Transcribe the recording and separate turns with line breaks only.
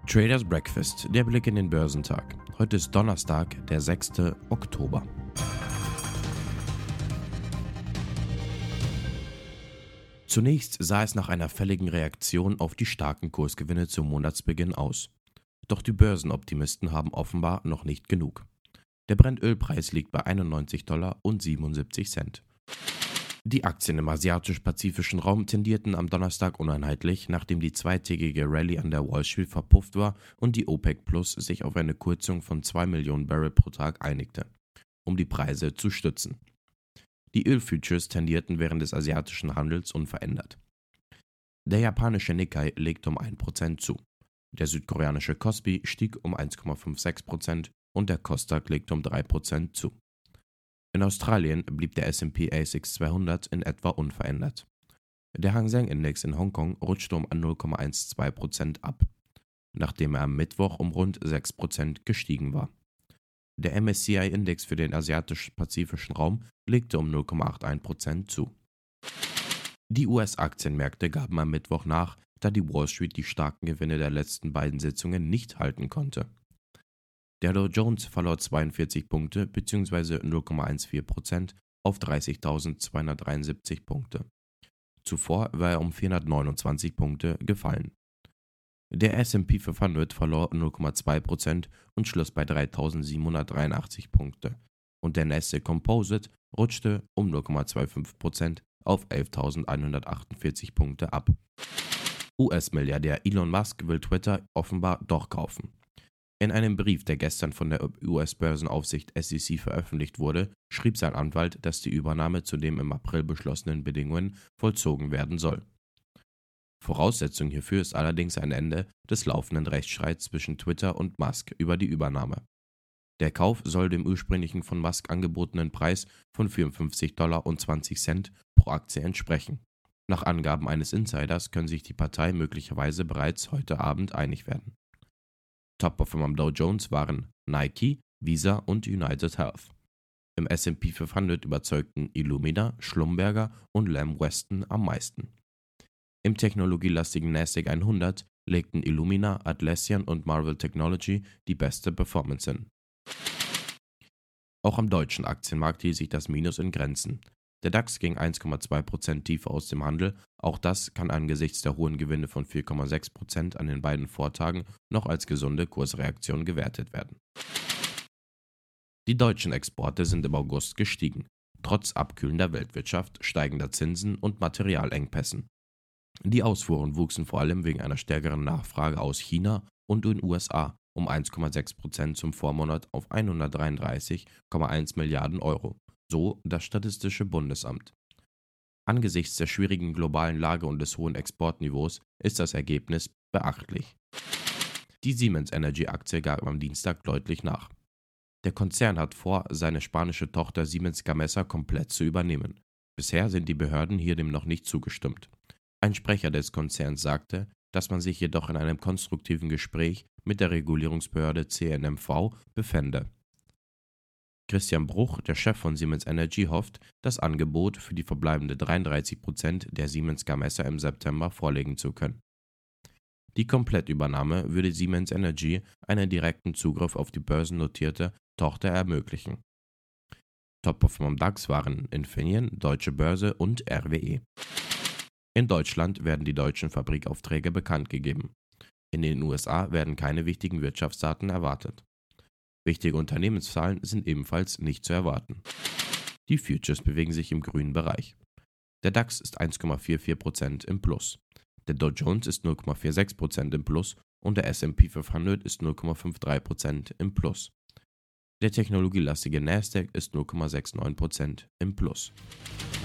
Traders Breakfast, der Blick in den Börsentag. Heute ist Donnerstag, der 6. Oktober. Zunächst sah es nach einer fälligen Reaktion auf die starken Kursgewinne zum Monatsbeginn aus. Doch die Börsenoptimisten haben offenbar noch nicht genug. Der Brennölpreis liegt bei $91,77. Die Aktien im asiatisch-pazifischen Raum tendierten am Donnerstag uneinheitlich, nachdem die zweitägige Rallye an der Wall Street verpufft war und die OPEC Plus sich auf eine Kürzung von 2 Millionen Barrel pro Tag einigte, um die Preise zu stützen. Die Ölfutures tendierten während des asiatischen Handels unverändert. Der japanische Nikkei legte um 1% zu. Der südkoreanische Kospi stieg um 1,56% und der Kosdaq legte um 3% zu. In Australien blieb der S&P ASX 200 in etwa unverändert. Der Hang Seng Index in Hongkong rutschte um 0,12% ab, nachdem er am Mittwoch um rund 6% gestiegen war. Der MSCI Index für den asiatisch-pazifischen Raum legte um 0,81% zu. Die US-Aktienmärkte gaben am Mittwoch nach, da die Wall Street die starken Gewinne der letzten beiden Sitzungen nicht halten konnte. Der Dow Jones verlor 42 Punkte bzw. 0,14% auf 30.273 Punkte. Zuvor war er um 429 Punkte gefallen. Der S&P 500 verlor 0,2% und schloss bei 3.783 Punkte und der Nasdaq Composite rutschte um 0,25% auf 11.148 Punkte ab. US-Milliardär Elon Musk will Twitter offenbar doch kaufen. In einem Brief, der gestern von der US-Börsenaufsicht SEC veröffentlicht wurde, schrieb sein Anwalt, dass die Übernahme zu den im April beschlossenen Bedingungen vollzogen werden soll. Voraussetzung hierfür ist allerdings ein Ende des laufenden Rechtsstreits zwischen Twitter und Musk über die Übernahme. Der Kauf soll dem ursprünglichen von Musk angebotenen Preis von $54,20 pro Aktie entsprechen. Nach Angaben eines Insiders können sich die Partei möglicherweise bereits heute Abend einig werden. Top-Performer am Dow Jones waren Nike, Visa und United Health. Im S&P 500 überzeugten Illumina, Schlumberger und Lamb Weston am meisten. Im technologielastigen Nasdaq 100 legten Illumina, Atlassian und Marvell Technology die beste Performance hin. Auch am deutschen Aktienmarkt hielt sich das Minus in Grenzen. Der DAX ging 1,2% tiefer aus dem Handel, auch das kann angesichts der hohen Gewinne von 4,6% an den beiden Vortagen noch als gesunde Kursreaktion gewertet werden. Die deutschen Exporte sind im August gestiegen, trotz abkühlender Weltwirtschaft, steigender Zinsen und Materialengpässen. Die Ausfuhren wuchsen vor allem wegen einer stärkeren Nachfrage aus China und den USA um 1,6% zum Vormonat auf 133,1 Milliarden Euro. So das Statistische Bundesamt. Angesichts der schwierigen globalen Lage und des hohen Exportniveaus ist das Ergebnis beachtlich. Die Siemens Energy Aktie gab am Dienstag deutlich nach. Der Konzern hat vor, seine spanische Tochter Siemens Gamesa komplett zu übernehmen. Bisher sind die Behörden hier dem noch nicht zugestimmt. Ein Sprecher des Konzerns sagte, dass man sich jedoch in einem konstruktiven Gespräch mit der Regulierungsbehörde CNMV befände. Christian Bruch, der Chef von Siemens Energy, hofft, das Angebot für die verbleibende 33% der Siemens Gamesa im September vorlegen zu können. Die Komplettübernahme würde Siemens Energy einen direkten Zugriff auf die börsennotierte Tochter ermöglichen. Top-Performer am DAX waren Infineon, Deutsche Börse und RWE. In Deutschland werden die deutschen Fabrikaufträge bekannt gegeben. In den USA werden keine wichtigen Wirtschaftsdaten erwartet. Wichtige Unternehmenszahlen sind ebenfalls nicht zu erwarten. Die Futures bewegen sich im grünen Bereich. Der DAX ist 1,44% im Plus. Der Dow Jones ist 0,46% im Plus und der S&P 500 ist 0,53% im Plus. Der technologielastige Nasdaq ist 0,69% im Plus.